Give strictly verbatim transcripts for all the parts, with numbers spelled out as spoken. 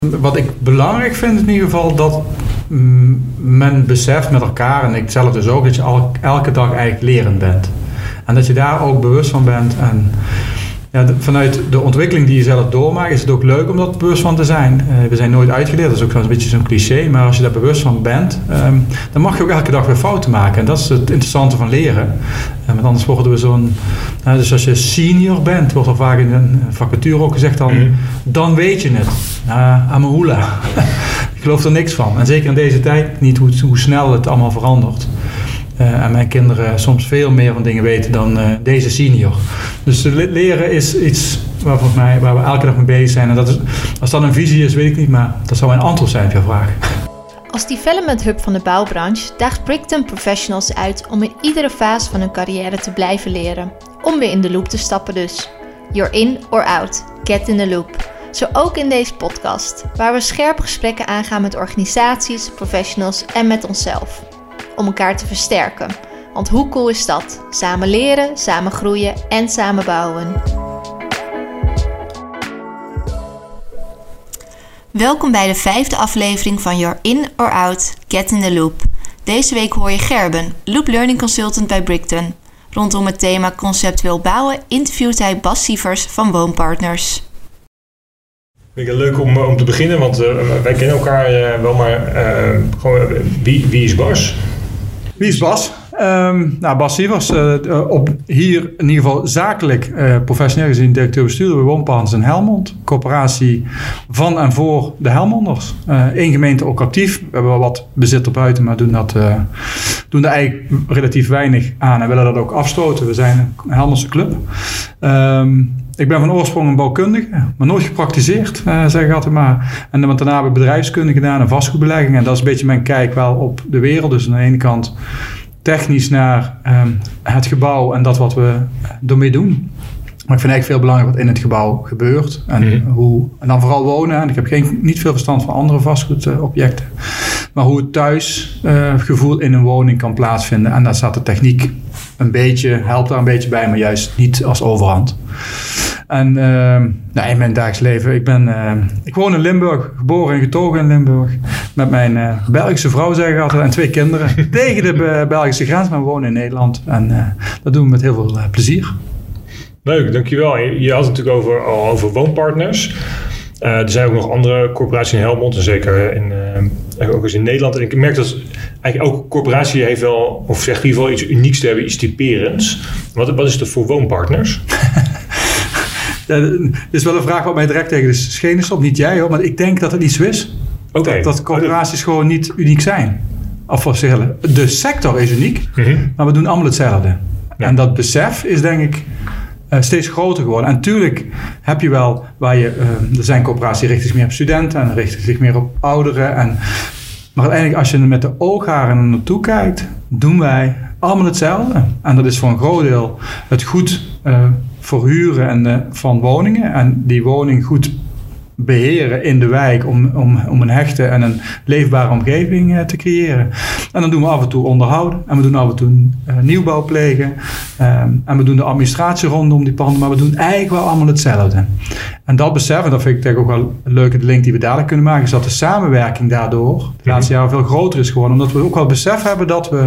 Wat ik belangrijk vind in ieder geval, dat mm, men beseft met elkaar, en ik zelf dus ook, dat je al, elke dag eigenlijk lerend bent. En dat je daar ook bewust van bent. En ja, de, vanuit de ontwikkeling die je zelf doormaakt, is het ook leuk om dat bewust van te zijn. Uh, we zijn nooit uitgeleerd, dat is ook wel een beetje zo'n cliché, maar als je daar bewust van bent, um, dan mag je ook elke dag weer fouten maken. En dat is het interessante van leren. Uh, want anders worden we zo'n... Uh, dus als je senior bent, wordt er vaak in een vacature ook gezegd, dan, mm. dan weet je het. Uh, Amahula. Ik geloof er niks van. En zeker in deze tijd niet hoe, hoe snel het allemaal verandert. Uh, en mijn kinderen soms veel meer van dingen weten dan uh, deze senior. Dus uh, leren is iets waar, volgens mij, waar we elke dag mee bezig zijn. En dat is, als dat een visie is, weet ik niet, maar dat zou een antwoord zijn op jouw vraag. Als development hub van de bouwbranche daagt Bricton professionals uit om in iedere fase van hun carrière te blijven leren. Om weer in de loop te stappen dus. You're in or out. Get in the loop. Zo ook in deze podcast, waar we scherpe gesprekken aangaan met organisaties, professionals en met onszelf. Om elkaar te versterken. Want hoe cool is dat? Samen leren, samen groeien en samen bouwen. Welkom bij de vijfde aflevering van You're In or Out, Get in the Loop. Deze week hoor je Gerben, Loop Learning Consultant bij Bricton. Rondom het thema conceptueel bouwen interviewt hij Bas Sievers van Woonpartners. Vind ik het leuk om, om te beginnen, want uh, wij kennen elkaar uh, wel, maar uh, gewoon, uh, wie, wie is Bas? Wie is Bas? Um, nou, Bas Sievers, uh, op hier in ieder geval zakelijk uh, professioneel gezien directeur-bestuurder bij Woonpartners in Helmond. Coöperatie van en voor de Helmonders. Eén uh, gemeente ook actief. We hebben wel wat bezit erbuiten, maar doen, dat, uh, doen er eigenlijk relatief weinig aan en willen dat ook afstoten. We zijn een Helmondse club. Um, Ik ben van oorsprong een bouwkundige, maar nooit gepraktiseerd, uh, zeg ik altijd maar. En want daarna heb ik bedrijfskunde gedaan en vastgoedbelegging. En dat is een beetje mijn kijk wel op de wereld. Dus aan de ene kant technisch naar um, het gebouw en dat wat we ermee doen. Maar ik vind eigenlijk veel belangrijker wat in het gebouw gebeurt. En, mm. hoe, en dan vooral wonen. En ik heb geen, niet veel verstand van andere vastgoedobjecten. Uh, maar hoe het thuisgevoel uh, in een woning kan plaatsvinden. En daar staat de techniek een beetje, helpt daar een beetje bij, maar juist niet als overhand. En uh, nou, in mijn dagelijks leven, ik ben, uh, ik woon in Limburg, geboren en getogen in Limburg. Met mijn uh, Belgische vrouw, zeg ik altijd, en twee kinderen. Tegen de uh, Belgische grens, maar we wonen in Nederland. En uh, dat doen we met heel veel uh, plezier. Leuk, dankjewel. Je had het natuurlijk over, al over Woonpartners. Uh, er zijn ook nog andere corporaties in Helmond, en zeker in, uh, ook eens in Nederland. En ik merk dat eigenlijk elke corporatie heeft wel, of zegt in ieder geval iets unieks te hebben, iets typerends. Wat, wat is er voor Woonpartners? Ja, dit is wel een vraag wat mij direct tegen de schenen stopt. Niet jij hoor, maar ik denk dat het niet zo is. Okay. Dat, dat corporaties oh, gewoon niet uniek zijn. Of voor zeggen, de sector is uniek, mm-hmm. maar we doen allemaal hetzelfde. Ja. En dat besef is denk ik uh, steeds groter geworden. En natuurlijk heb je wel, waar je, uh, er zijn corporaties die richten zich meer op studenten en richten zich meer op ouderen. En, maar uiteindelijk als je met de oogharen er naartoe kijkt, doen wij allemaal hetzelfde. En dat is voor een groot deel het goed uh, verhuren en, uh, van woningen. En die woning goed beheren in de wijk om, om, om een hechte en een leefbare omgeving uh, te creëren. En dan doen we af en toe onderhouden. En we doen af en toe uh, nieuwbouw plegen. Um, en we doen de administratie rondom die panden. Maar we doen eigenlijk wel allemaal hetzelfde. En dat besef, en dat vind ik denk ik ook wel een leuke link die we dadelijk kunnen maken, is dat de samenwerking daardoor de laatste jaren veel groter is geworden. Omdat we ook wel besef hebben dat we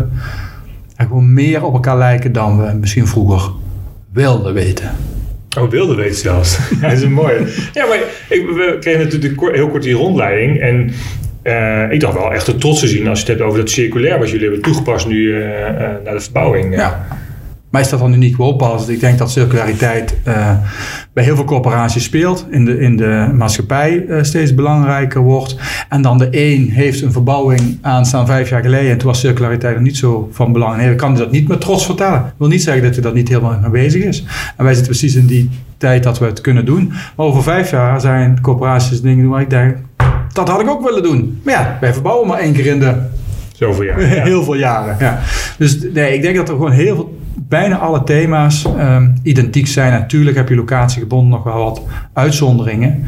gewoon meer op elkaar lijken dan we misschien vroeger wilden weten. Oh, wilde weten zelfs. Ja, dat is een mooie. Ja, maar ik, we kregen natuurlijk heel kort die rondleiding. En uh, ik dacht wel echt het trots te zien als je het hebt over dat circulair wat jullie hebben toegepast nu uh, uh, naar de verbouwing. Ja. Maar is dat dan uniek Woonpartners? Ik denk dat circulariteit uh, bij heel veel corporaties speelt. In de, in de maatschappij uh, steeds belangrijker wordt. En dan de een heeft een verbouwing aanstaan vijf jaar geleden. En toen was circulariteit nog niet zo van belang. En hij kan dat niet met trots vertellen. Dat wil niet zeggen dat hij dat niet helemaal aanwezig is. En wij zitten precies in die tijd dat we het kunnen doen. Maar over vijf jaar zijn corporaties dingen doen waar ik denk, dat had ik ook willen doen. Maar ja, wij verbouwen maar één keer in de zoveel jaren. Ja. Heel veel jaren. Ja. Dus nee, ik denk dat er gewoon heel veel, bijna alle thema's um, identiek zijn. Natuurlijk heb je locatiegebonden nog wel wat uitzonderingen.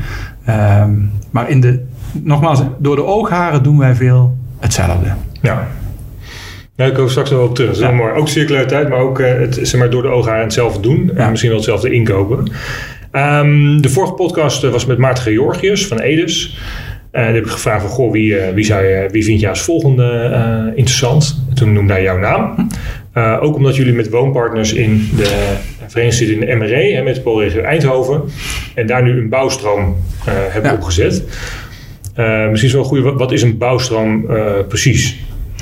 Um, maar in de, nogmaals, door de oogharen doen wij veel hetzelfde. Ja. Nou, ik kom straks nog wel op terug. Dat is ja. wel mooi. Ook circulariteit, maar ook uh, het, zeg maar, door de oogharen hetzelfde doen. Ja. En misschien wel hetzelfde inkopen. Um, de vorige podcast was met Maarten Georgius van Edes. Uh, dan heb ik gevraagd van, goh, wie, uh, wie, zou je, wie vind je als volgende uh, interessant? Toen noemde hij jouw naam. Uh, ook omdat jullie met woonpartners in de vereniging zitten in de M R E, hè, metropoolregio Eindhoven. En daar nu een bouwstroom uh, hebben ja. opgezet. Uh, misschien is wel goed, wat, wat is een bouwstroom uh, precies?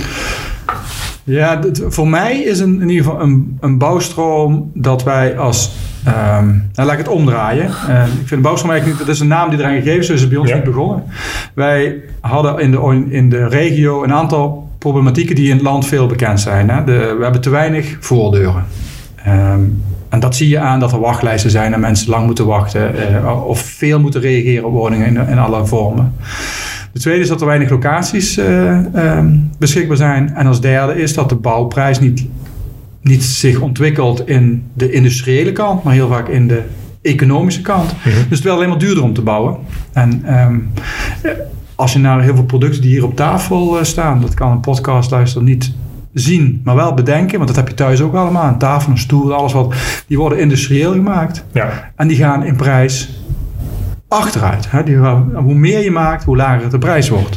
Ja, dit, voor mij is een, in ieder geval een, een bouwstroom dat wij als... Um, nou, laat ik het omdraaien. Uh, ik vind de bouwstroom eigenlijk niet... Dat is een naam die eraan gegeven is, dus is bij ons ja. niet begonnen. Wij hadden in de, in de regio een aantal problematieken die in het land veel bekend zijn. Hè? De, we hebben te weinig voordeuren. Um, en dat zie je aan dat er wachtlijsten zijn en mensen lang moeten wachten. Uh, of veel moeten reageren op woningen in, in alle vormen. De tweede is dat er weinig locaties uh, um, beschikbaar zijn. En als derde is dat de bouwprijs niet, niet zich ontwikkelt in de industriële kant, maar heel vaak in de economische kant. Mm-hmm. Dus het is wel alleen maar duurder om te bouwen. En um, als je naar heel veel producten die hier op tafel uh, staan, dat kan een podcastluisteraar niet zien, maar wel bedenken, want dat heb je thuis ook allemaal. Een tafel, een stoel, alles wat, die worden industrieel gemaakt. Ja. En die gaan in prijs achteruit. Hè? Die, hoe meer je maakt, hoe lager de prijs wordt.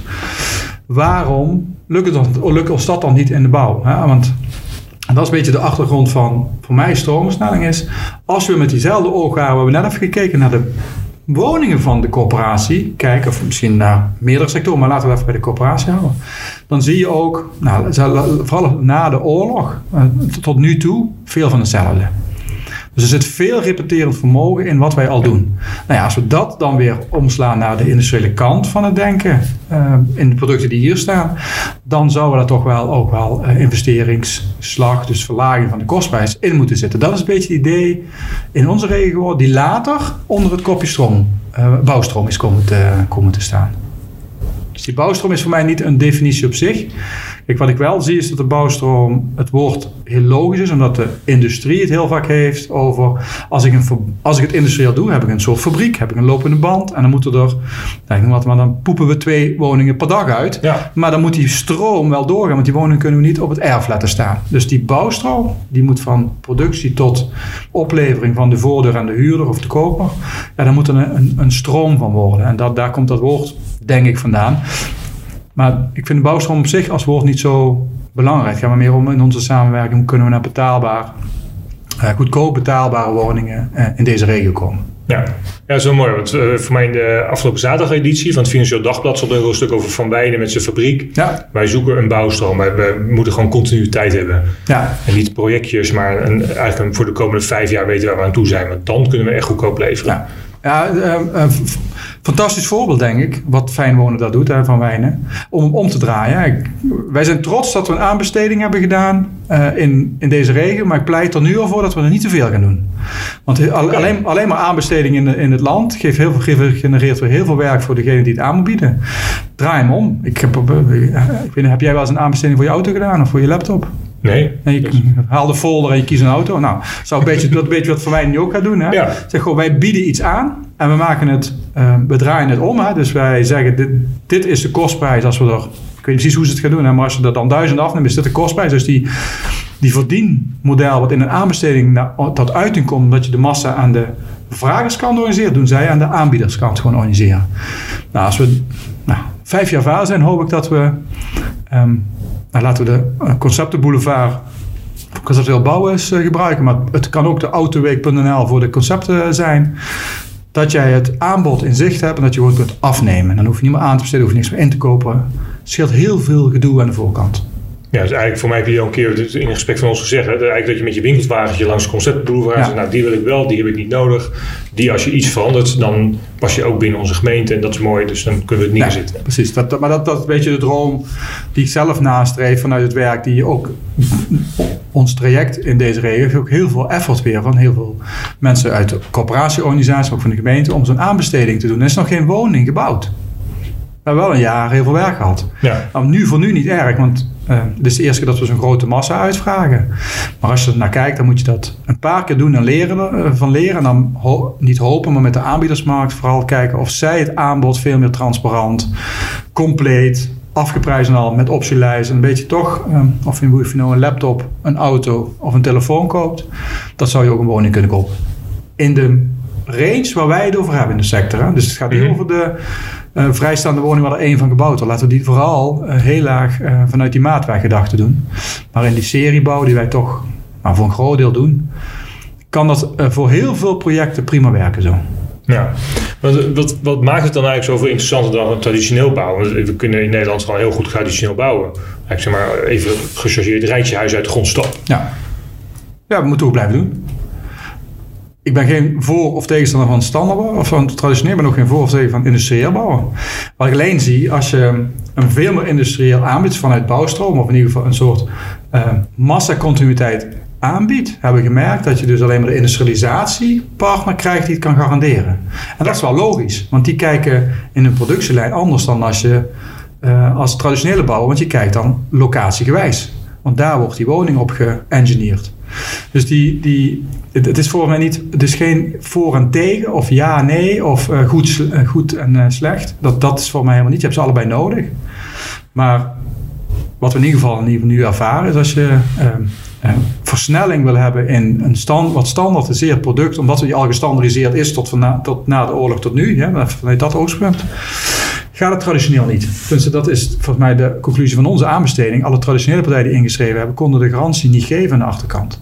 Waarom lukt, het, lukt ons dat dan niet in de bouw? Hè? Want en dat is een beetje de achtergrond van voor mij stroomversnelling is. Als we met diezelfde ogen gaan, waar we net even gekeken naar de woningen van de corporatie kijken, of misschien naar meerdere sectoren, maar laten we even bij de corporatie houden. Dan zie je ook, nou, vooral na de oorlog, tot nu toe, veel van hetzelfde. Dus er zit veel repeterend vermogen in wat wij al doen. Nou ja, als we dat dan weer omslaan naar de industriële kant van het denken, uh, in de producten die hier staan, dan zouden daar toch wel ook wel uh, investeringsslag, dus verlaging van de kostprijs in moeten zitten. Dat is een beetje het idee in onze regio die later onder het kopje stroom, uh, bouwstroom is komen te, komen te staan. Dus die bouwstroom is voor mij niet een definitie op zich. Kijk, wat ik wel zie is dat de bouwstroom het woord heel logisch is, omdat de industrie het heel vaak heeft over als ik, een, als ik het industrieel doe, heb ik een soort fabriek, heb ik een lopende band en dan moeten er, nou, ik noem wat, maar dan poepen we twee woningen per dag uit. Ja. Maar dan moet die stroom wel doorgaan, want die woningen kunnen we niet op het erf laten staan. Dus die bouwstroom, die moet van productie tot oplevering van de voordeur aan de huurder of de koper, ja, daar moet er een, een, een stroom van worden. En dat, daar komt dat woord, denk ik, vandaan. Maar ik vind de bouwstroom op zich als woord niet zo belangrijk. Het gaat maar meer om in onze samenwerking, hoe kunnen we naar betaalbaar, uh, goedkoop betaalbare woningen uh, in deze regio komen. Ja, ja, dat is wel mooi. Want uh, voor mij in de afgelopen zaterdageditie van het Financieel Dagblad stond er een stuk over Van Wijnen met zijn fabriek. Ja. Wij zoeken een bouwstroom. Wij, we moeten gewoon continuïteit hebben. Ja. En niet projectjes, maar een, eigenlijk een, voor de komende vijf jaar weten waar we aan toe zijn. Want dan kunnen we echt goedkoop leveren. Ja. Ja, uh, uh, fantastisch voorbeeld denk ik, wat Fijn Wonen dat doet, hè, Van Wijnen, om hem om te draaien. Ik, wij zijn trots dat we een aanbesteding hebben gedaan uh, in, in deze regio, maar ik pleit er nu al voor dat we er niet te veel gaan doen. Want al, alleen, alleen maar aanbesteding in, de, in het land geeft heel veel, genereert weer heel veel werk voor degene die het aan moet bieden. Draai hem om. Ik heb, ik weet, heb jij wel eens een aanbesteding voor je auto gedaan of voor je laptop? Nee. En je dus. haalt de folder en je kiest een auto. Nou, zou een beetje, dat een beetje wat Van Wijnen nu ook gaat doen. Hè? Ja. Zeg gewoon, wij bieden iets aan en we maken het, uh, we draaien het om. Hè? Dus wij zeggen, dit, dit is de kostprijs als we er, ik weet niet precies hoe ze het gaan doen, hè? Maar als je er dan duizend afneemt, is dit de kostprijs. Dus die, die verdienmodel wat in een aanbesteding naar, tot uiting komt, dat je de massa aan de vragerskant organiseert, doen zij aan de aanbiederskant gewoon organiseren. Nou, als we nou, vijf jaar verder zijn, hoop ik dat we... Um, Nou, laten we de uh, conceptenboulevard voor conceptueel bouwen eens uh, gebruiken. Maar het kan ook de autoweek punt n l voor de concepten zijn. Dat jij het aanbod in zicht hebt en dat je gewoon kunt afnemen. Dan hoef je niet meer aan te besteden, hoef je niks meer in te kopen. Het scheelt heel veel gedoe aan de voorkant. Ja, dus eigenlijk voor mij heb je al een keer in een gesprek van ons gezegd, hè, dat, eigenlijk dat je met je winkelwagentje langs de conceptboulevard ja. zegt, nou die wil ik wel, die heb ik niet nodig. Die als je iets verandert, dan pas je ook binnen onze gemeente en dat is mooi, dus dan kunnen we het neerzetten. Ja, precies, dat, dat, maar dat, dat is een beetje de droom die ik zelf nastreef vanuit het werk, die ook ons traject in deze regio heeft ook heel veel effort weer van heel veel mensen uit de coöperatieorganisatie, ook van de gemeente, om zo'n aanbesteding te doen. Er is nog geen woning gebouwd. We hebben wel een jaar heel veel werk gehad. Ja. Nou, nu voor nu niet erg, want uh, dit is de eerste keer dat we zo'n grote massa uitvragen. Maar als je er naar kijkt, dan moet je dat een paar keer doen en leren, uh, van leren. En dan ho- niet hopen, maar met de aanbiedersmarkt vooral kijken of zij het aanbod veel meer transparant, compleet, afgeprijsd en al met optielijst. Een beetje toch, um, of je, of je nou een laptop, een auto of een telefoon koopt, dat zou je ook een woning kunnen kopen. In de range waar wij het over hebben in de sector. Hè? Dus het gaat niet mm-hmm. over de... uh, vrijstaande woningen waar er één van gebouwd wordt. Laten we die vooral uh, heel laag uh, vanuit die maatwerkgedachte doen. Maar in die seriebouw die wij toch nou, voor een groot deel doen, kan dat uh, voor heel veel projecten prima werken zo. Ja, wat, wat, wat maakt het dan eigenlijk zoveel interessanter dan traditioneel bouwen? We kunnen in Nederland gewoon heel goed traditioneel bouwen. Ik zeg maar even gechargeerd rijtjehuis uit de grond stappen. Ja. ja, we moeten ook blijven doen. Ik ben geen voor- of tegenstander van standaard bouwen, of van traditioneel, maar ook geen voor- of tegenstander van industrieel bouwen. Wat ik alleen zie, als je een veel meer industrieel aanbiedt vanuit bouwstroom, of in ieder geval een soort uh, massacontinuïteit aanbiedt, hebben we gemerkt dat je dus alleen maar de industrialisatiepartner krijgt die het kan garanderen. En dat is wel logisch, want die kijken in hun productielijn anders dan als je uh, als traditionele bouwer, want je kijkt dan locatiegewijs. Want daar wordt die woning op geëngineerd. Dus die, die, het, het is voor mij niet, het is geen voor en tegen of ja, nee of uh, goed, uh, goed en uh, slecht. Dat, dat is voor mij helemaal niet. Je hebt ze allebei nodig. Maar wat we in ieder geval, in ieder geval nu ervaren is als je uh, uh, versnelling wil hebben in een stand, wat standaardiseerd product, omdat die al gestandaardiseerd is tot, van na, tot na de oorlog tot nu, ja, vanuit dat oogpunt, gaat het traditioneel niet. Dus dat is volgens mij de conclusie van onze aanbesteding. Alle traditionele partijen die ingeschreven hebben, konden de garantie niet geven aan de achterkant.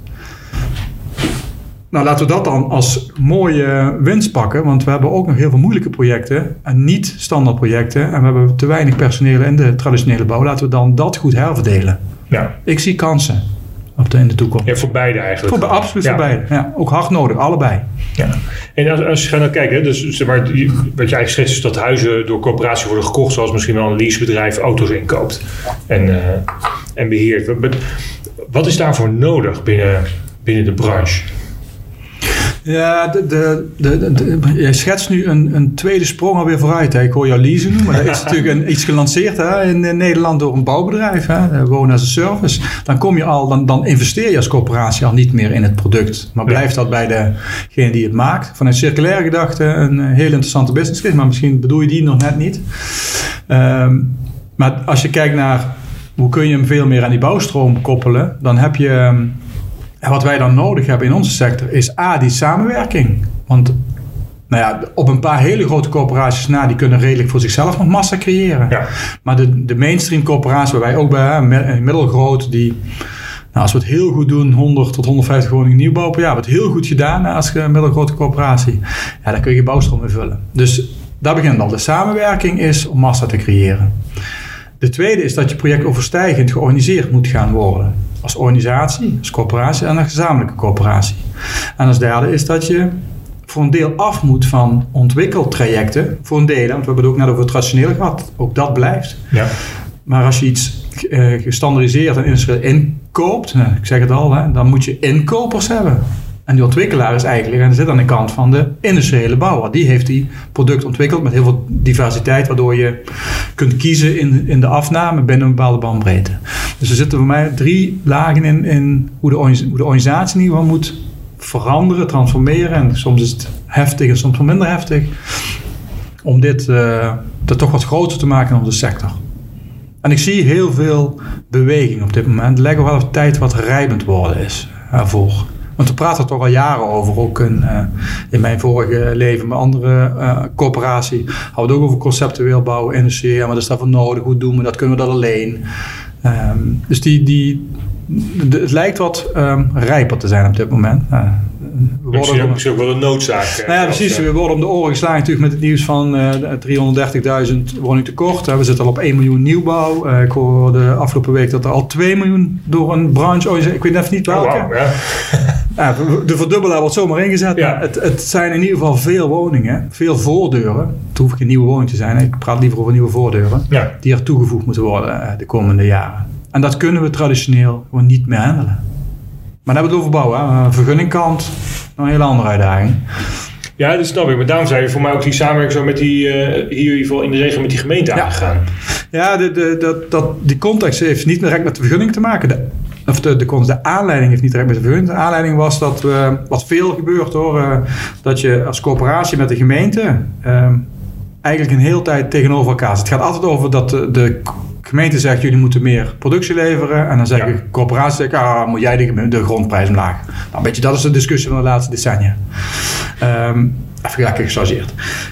Nou, laten we dat dan als mooie winst pakken, want we hebben ook nog heel veel moeilijke projecten en niet standaard projecten en we hebben te weinig personeel in de traditionele bouw. Laten we dan dat goed herverdelen. Ja. Ik zie kansen op de, in de toekomst. Ja, voor beide eigenlijk. Voor, absoluut ja. voor beide. Ja, ook hard nodig, allebei. Ja. En als, als je gaat naar kijken, dus, zeg maar, wat je eigenlijk schetst is dat huizen door corporaties worden gekocht, zoals misschien wel een leasebedrijf auto's inkoopt en, uh, en beheert. Wat is daarvoor nodig binnen, binnen de branche? Ja, de, de, de, de, de, jij schetst nu een, een tweede sprong alweer vooruit. Hè. Ik hoor jou leasen noemen, maar dat is natuurlijk een, iets gelanceerd hè, in, in Nederland door een bouwbedrijf. Hè, wonen as a service. Dan, kom je al, dan, dan investeer je als corporatie al niet meer in het product. Maar blijft dat bij degene die het maakt. Vanuit circulaire gedachte een heel interessante business case. Maar misschien bedoel je die nog net niet. Um, maar als je kijkt naar hoe kun je hem veel meer aan die bouwstroom koppelen. Dan heb je... Um, En wat wij dan nodig hebben in onze sector is A, die samenwerking. Want nou ja, op een paar hele grote corporaties na, die kunnen redelijk voor zichzelf nog massa creëren. Ja. Maar de, de mainstream corporaties, waar wij ook bij hebben, middelgroot, die, nou, als we het heel goed doen, honderd tot honderdvijftig woningen nieuwbouw per jaar, wordt heel goed gedaan als een middelgrote corporatie. Ja, daar kun je je bouwstroom mee vullen. Dus daar begint al. De samenwerking is om massa te creëren. De tweede is dat je project overstijgend georganiseerd moet gaan worden. Als organisatie, als corporatie en als gezamenlijke corporatie. En als derde is dat je voor een deel af moet van ontwikkeltrajecten. Voor een deel, want we hebben het ook net over het traditioneel gehad. Ook dat blijft. Ja. Maar als je iets uh, gestandaardiseerd en industrieel inkoopt, nou, ik zeg het al, hè, dan moet je inkopers hebben. En die ontwikkelaar is eigenlijk, en dat zit aan de kant van de industriële bouwer. Die heeft die product ontwikkeld met heel veel diversiteit, waardoor je kunt kiezen in, in de afname binnen een bepaalde bandbreedte. Dus er zitten voor mij drie lagen in, in hoe, de, hoe de organisatie in ieder geval moet veranderen, transformeren. En soms is het heftig en soms minder heftig. Om dit uh, er toch wat groter te maken in onze sector. En ik zie heel veel beweging op dit moment. Het lijkt wel of tijd wat rijpend worden is ervoor. Want we praten er toch al jaren over. Ook in, uh, in mijn vorige leven met andere uh, corporatie. Hadden we het ook over conceptueel bouwen, industrie. Ja, maar dat is daarvoor nodig. Hoe doen we dat? Kunnen we dat alleen? Um, dus die, die, de, het lijkt wat um, rijper te zijn op dit moment. Uh, we worden misschien ook wel een noodzaak. Nou ja, precies. We worden om de oren geslagen natuurlijk met het nieuws van uh, driehonderddertigduizend woningen tekort. Uh, we zitten al op één miljoen nieuwbouw. Uh, ik hoorde afgelopen week dat er al twee miljoen door een branche... Oh, ik weet even niet welke. Oh, wow, ja. Ja, de verdubbelaar wordt zomaar ingezet. Ja. Het, het zijn in ieder geval veel woningen, veel voordeuren. Het hoeft geen nieuwe woning te zijn. Ik praat liever over nieuwe voordeuren. Ja. Die er toegevoegd moeten worden de komende jaren. En dat kunnen we traditioneel gewoon niet meer handelen. Maar dan hebben we het over bouwen. Hè. Vergunningkant, een hele andere uitdaging. Ja, dat snap ik. Maar daarom zijn we voor mij ook die samenwerking zo met die, uh, hier in ieder geval in de regio met die gemeente ja. aangegaan. Ja, de, de, de, dat, die context heeft niet direct met de vergunning te maken. De, of de, de, de aanleiding heeft niet direct met de vergunning. De aanleiding was dat we, wat veel gebeurt hoor, uh, dat je als corporatie met de gemeente uh, eigenlijk een hele tijd tegenover elkaar zit. Het gaat altijd over dat de, de gemeente zegt, jullie moeten meer productie leveren. En dan zegt ja. de corporatie, zegt, ah, moet jij de, de grondprijs omlaag. Nou, weet je, dat is de discussie van de laatste decennia. Um, even lekker gechargeerd.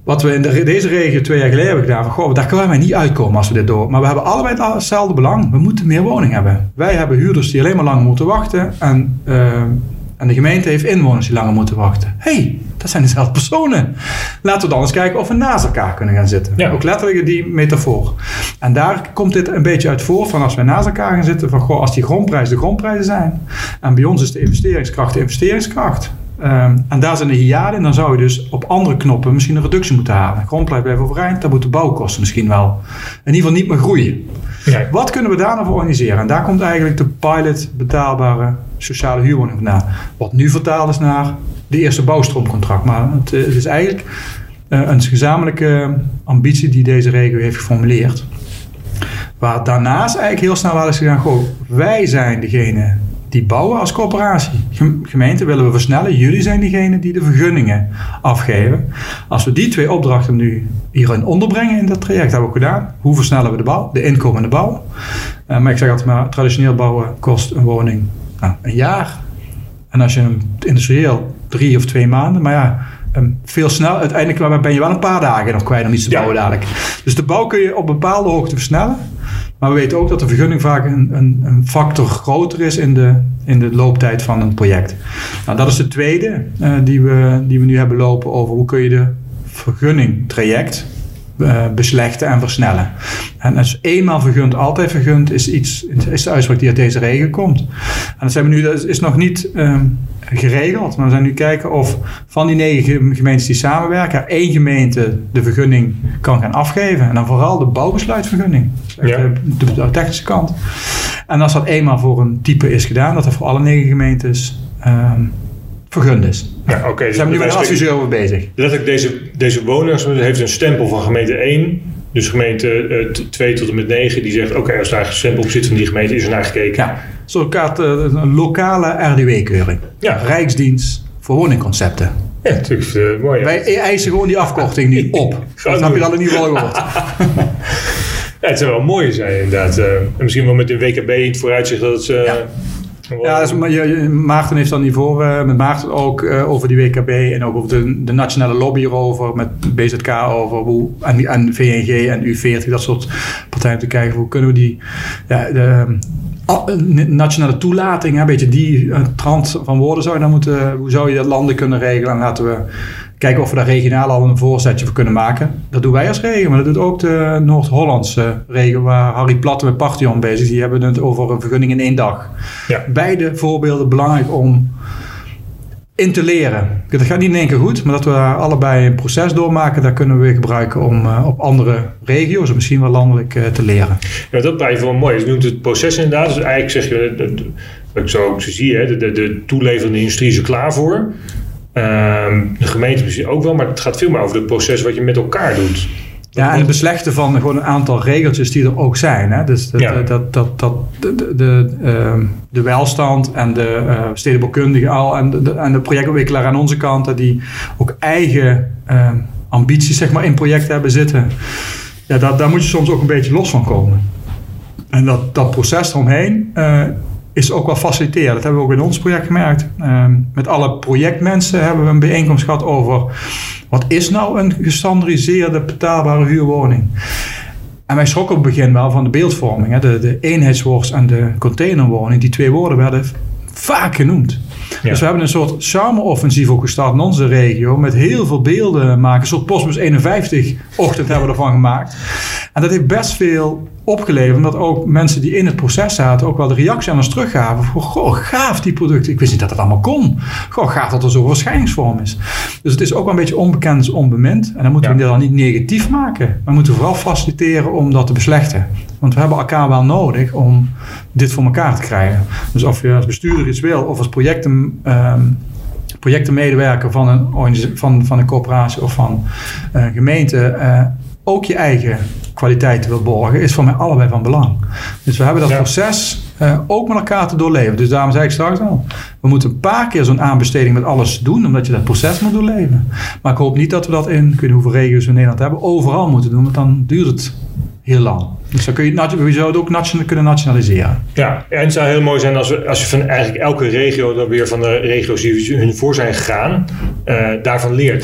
wat we in de, deze regio twee jaar geleden hebben gedaan, van goh, daar kunnen wij niet uitkomen als we dit doen. Maar we hebben allebei hetzelfde belang. We moeten meer woning hebben. Wij hebben huurders die alleen maar langer moeten wachten. En, uh, en de gemeente heeft inwoners die langer moeten wachten. Hé, hey, dat zijn dezelfde personen. Laten we dan eens kijken of we naast elkaar kunnen gaan zitten. Ja. Ook letterlijk die metafoor. En daar komt dit een beetje uit voort van als wij naast elkaar gaan zitten. Van goh, als die grondprijzen de grondprijzen zijn. En bij ons is de investeringskracht de investeringskracht. Um, en daar zijn de hiaten in. Dan zou je dus op andere knoppen misschien een reductie moeten halen. Grondprijs blijft overeind. Dan moeten bouwkosten misschien wel in ieder geval niet meer groeien. Ja. Wat kunnen we daar nou voor organiseren? En daar komt eigenlijk de pilot betaalbare sociale huurwoning vandaan. Wat nu vertaald is naar de eerste bouwstroomcontract. Maar het, het is eigenlijk uh, een gezamenlijke ambitie die deze regio heeft geformuleerd. Waar daarnaast eigenlijk heel snel wel is gegaan. Goh, wij zijn degene die bouwen als coöperatie. Gemeente willen we versnellen. Jullie zijn diegene die de vergunningen afgeven. Als we die twee opdrachten nu hierin onderbrengen in dat traject, hebben we ook gedaan. Hoe versnellen we de bouw? De inkomende bouw. Uh, maar ik zeg altijd maar, traditioneel bouwen kost een woning nou, een jaar. En als je hem industrieel drie of twee maanden. Maar ja, um, veel snel. Uiteindelijk ben je wel een paar dagen nog kwijt om iets te bouwen ja. dadelijk. Dus de bouw kun je op bepaalde hoogte versnellen. Maar we weten ook dat de vergunning vaak een, een, een factor groter is in de, in de looptijd van een project. Nou, dat is de tweede uh, die, we, die we nu hebben lopen over hoe kun je de vergunningtraject uh, beslechten en versnellen. En als eenmaal vergund, altijd vergund is, iets, is de uitspraak die uit deze regio komt. En dat, zijn we nu, dat is nog niet um, geregeld. Maar we zijn nu kijken of van die negen gemeentes die samenwerken, er één gemeente de vergunning kan gaan afgeven. En dan vooral de bouwbesluitvergunning. Ja. De, de, de technische kant. En als dat eenmaal voor een type is gedaan, dat er voor alle negen gemeentes um, vergund is. Ja, oké. Okay, dus zijn we nu met een adviseur over bezig. Letterlijk deze, deze woning heeft een stempel van gemeente één. Dus gemeente uh, twee tot en met negen die zegt, oké, okay, als daar een stempel op zit van die gemeente, is er naar gekeken. Ja, zo'n kaart, uh, een lokale R D W-keuring. Ja. Rijksdienst voor woningconcepten. Ja, natuurlijk uh, mooi. Ja. Wij eisen gewoon die afkorting nu op. Dat heb je dan in ieder geval gehoord. Ja, het zou wel mooi zijn inderdaad. Uh, misschien wel met de W K B in het vooruitzicht dat het... Uh, ja. Ja, dus Maarten heeft dan hiervoor uh, met Maarten ook uh, over die W K B en ook over de, de nationale lobby erover, met B Z K over hoe, en, en V N G en U veertig, dat soort partijen te kijken hoe kunnen we die ja, de, uh, nationale toelating, een beetje die uh, trant van woorden zou je dan moeten, hoe zou je dat landen kunnen regelen en laten we kijken of we daar regionaal al een voorzetje voor kunnen maken. Dat doen wij als regio, maar dat doet ook de Noord-Hollandse regio waar Harry Platte met Partion bezig is. Die hebben het over een vergunning in één dag. Ja. Beide voorbeelden belangrijk om in te leren. Dat gaat niet in één keer goed, maar dat we allebei een proces doormaken, daar kunnen we weer gebruiken om uh, op andere regio's, of misschien wel landelijk, uh, te leren. Ja, dat blijft wel mooi. Je noemt het proces inderdaad. Dus eigenlijk zeg je, de, de, wat ik zo ook zo zie, hè, de, de, de toeleverende industrie is er klaar voor. Um, de gemeente misschien ook wel, maar het gaat veel meer over het proces wat je met elkaar doet. Ja, en het beslechten van gewoon een aantal regeltjes die er ook zijn. Hè? Dus dat, ja. dat, dat, dat, de, de, de, uh, de welstand en de uh, stedenbouwkundige al en de, de, en de projectontwikkelaar aan onze kant, die ook eigen uh, ambities zeg maar, in projecten hebben zitten. Ja, dat, daar moet je soms ook een beetje los van komen. En dat, dat proces eromheen uh, is ook wel faciliteren. Dat hebben we ook in ons project gemerkt. Uh, met alle projectmensen hebben we een bijeenkomst gehad over wat is nou een gestandardiseerde betaalbare huurwoning. En wij schrokken op het begin wel van de beeldvorming. Hè? De, de eenheidsworst en de containerwoning. Die twee woorden werden vaak genoemd. Ja. Dus we hebben een soort charme-offensief ook gestart in onze regio. Met heel veel beelden maken. Een soort Postbus eenenvijftig ochtend hebben we ervan gemaakt. En dat heeft best veel opgeleverd. Omdat ook mensen die in het proces zaten ook wel de reactie aan ons teruggaven. Van, goh, gaaf die producten. Ik wist niet dat het allemaal kon. Goh, gaaf dat er zo'n verschijningsvorm is. Dus het is ook wel een beetje onbekend, onbemind. En dan moeten ja. we dit dan niet negatief maken. Maar moeten we vooral faciliteren om dat te beslechten. Want we hebben elkaar wel nodig om dit voor elkaar te krijgen. Dus of je als bestuurder iets wil of als projecten, um, projectenmedewerker van een, van, van een corporatie of van een gemeente uh, ook je eigen kwaliteiten wil borgen, is voor mij allebei van belang. Dus we hebben dat ja. proces uh, ook met elkaar te doorleven. Dus daarom zei ik straks al, we moeten een paar keer zo'n aanbesteding met alles doen, omdat je dat proces moet doorleven. Maar ik hoop niet dat we dat in, ik weet niet hoeveel regio's we in Nederland hebben, overal moeten doen, want dan duurt het heel lang. Dus dan kun je, je zou het ook nation, kunnen nationaliseren. Ja, en het zou heel mooi zijn als, we, als je van eigenlijk elke regio dan weer van de regio's die hun voor zijn gegaan, uh, daarvan leert.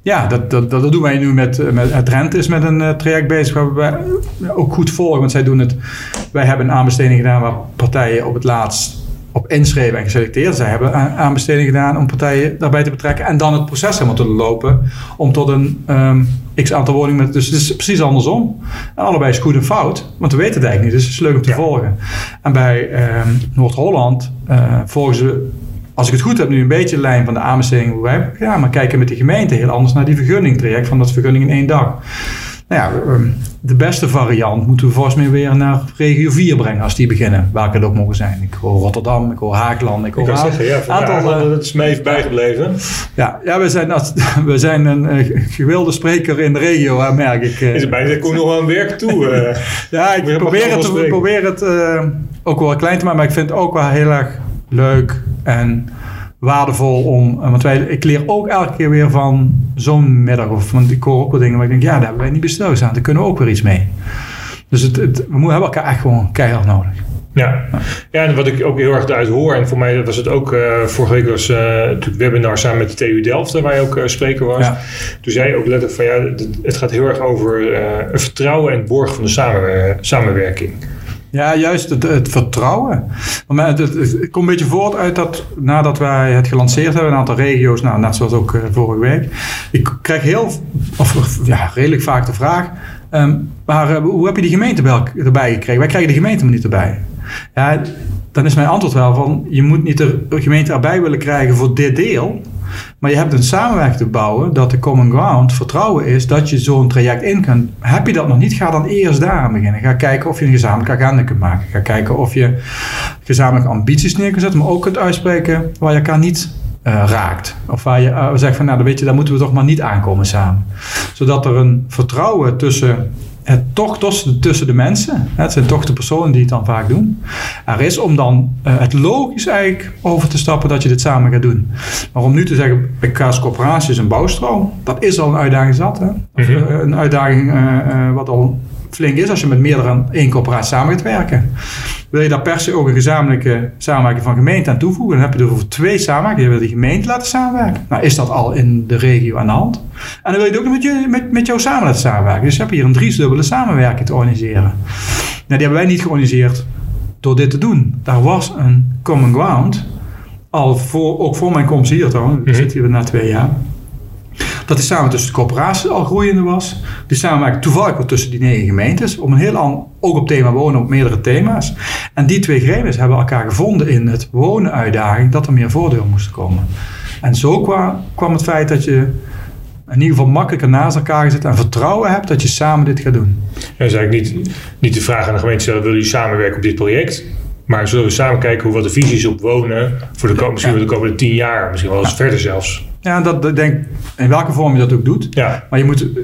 Ja, dat, dat, dat doen wij nu met, met het Drenthe is met een uh, traject bezig waar we ook goed volgen. Want zij doen het. Wij hebben een aanbesteding gedaan waar partijen op het laatst op inschreven en geselecteerd. Zij hebben een aanbesteding gedaan om partijen daarbij te betrekken en dan het proces helemaal te lopen om tot een um, x aantal woningen met. Dus het is precies andersom. En allebei is goed en fout, want we weten het eigenlijk niet. Dus het is leuk om te ja. volgen. En bij um, Noord-Holland uh, volgen ze. Als ik het goed heb, nu een beetje de lijn van de aanbesteding hoe wij hebben gedaan. Maar kijken met de gemeente heel anders naar die vergunningtraject van dat vergunning in één dag. Nou ja, de beste variant moeten we volgens mij weer naar regio vier brengen als die beginnen. Welke het ook mogen zijn. Ik hoor Rotterdam, ik hoor Haagland, ik hoor ik kan zeggen, ja, aantal. Uh, dat is me even bijgebleven. Ja, ja we, zijn, we zijn een uh, gewilde spreker in de regio, merk ik. Uh, is het bijna, ik kom nog wel aan werk toe. Uh, ja, ik probeer het, te, probeer het uh, ook wel klein te maken, maar ik vind het ook wel heel erg leuk en waardevol om, want wij, ik leer ook elke keer weer van zo'n middag of want ik hoor ook wel dingen waar ik denk, ja, daar hebben wij niet bij stilgestaan, daar kunnen we ook weer iets mee. Dus het, het, we hebben elkaar echt gewoon keihard nodig. Ja. ja, en wat ik ook heel erg eruit hoor, en voor mij was het ook, uh, vorige week was uh, natuurlijk webinar samen met de T U Delft, waar je ook uh, spreker was. Ja. Toen zei je ook letterlijk van ja, het gaat heel erg over uh, een vertrouwen en borg van de samenwer- samenwerking. Ja, juist het, het vertrouwen. Het, het, het komt een beetje voort uit dat nadat wij het gelanceerd hebben, een aantal regio's, nou, net zoals ook uh, vorige week. Ik krijg heel, of ja, redelijk vaak de vraag, um, maar uh, hoe heb je die gemeente erbij gekregen? Wij krijgen de gemeente maar niet erbij. Ja, dan is mijn antwoord wel van, je moet niet de gemeente erbij willen krijgen voor dit deel. Maar je hebt een samenwerking te bouwen dat de common ground vertrouwen is dat je zo'n traject in kan. Heb je dat nog niet, ga dan eerst daar aan beginnen. Ga kijken of je een gezamenlijke agenda kunt maken. Ga kijken of je gezamenlijke ambities neer kunt zetten, maar ook kunt uitspreken waar je elkaar niet uh, raakt. Of waar je uh, zegt van nou, dan weet je, daar moeten we toch maar niet aankomen samen. Zodat er een vertrouwen tussen het toch tussen, tussen de mensen, het zijn toch de personen die het dan vaak doen, er is om dan uh, het logisch eigenlijk over te stappen dat je dit samen gaat doen. Maar om nu te zeggen, ik ga als coöperatie is een bouwstroom, dat is al een uitdaging zat. Hè? Of, uh, een uitdaging uh, uh, wat al flink is als je met meerdere dan één coöperatie samen gaat werken. Wil je daar per se ook een gezamenlijke samenwerking van gemeente aan toevoegen, dan heb je er voor twee samenwerkingen. Je wil de gemeente laten samenwerken. Nou is dat al in de regio aan de hand. En dan wil je het ook nog met, je, met, met jou samen laten samenwerken. Dus je hebt hier een driedubbele samenwerking te organiseren. Nou, die hebben wij niet georganiseerd door dit te doen. Daar was een common ground, al voor, ook voor mijn komst hier trouwens, ik zit hier na twee jaar. Dat die samen tussen de coöperaties al groeiende was. Die samenwerking toevallig wat tussen die negen gemeentes. Om een heel ander, ook op thema wonen, op meerdere thema's. En die twee gremiums hebben elkaar gevonden in het wonen uitdaging. Dat er meer voordelen moesten komen. En zo kwam, kwam het feit dat je in ieder geval makkelijker naast elkaar zit en vertrouwen hebt dat je samen dit gaat doen. Ja, dus eigenlijk niet, niet de vraag aan de gemeente stellen, willen jullie samenwerken op dit project? Maar zullen we samen kijken hoe wat de visies op wonen voor de, misschien ja. de komende tien jaar, misschien wel eens ja. verder zelfs. Ja, dat denk in welke vorm je dat ook doet. Ja. Maar je moet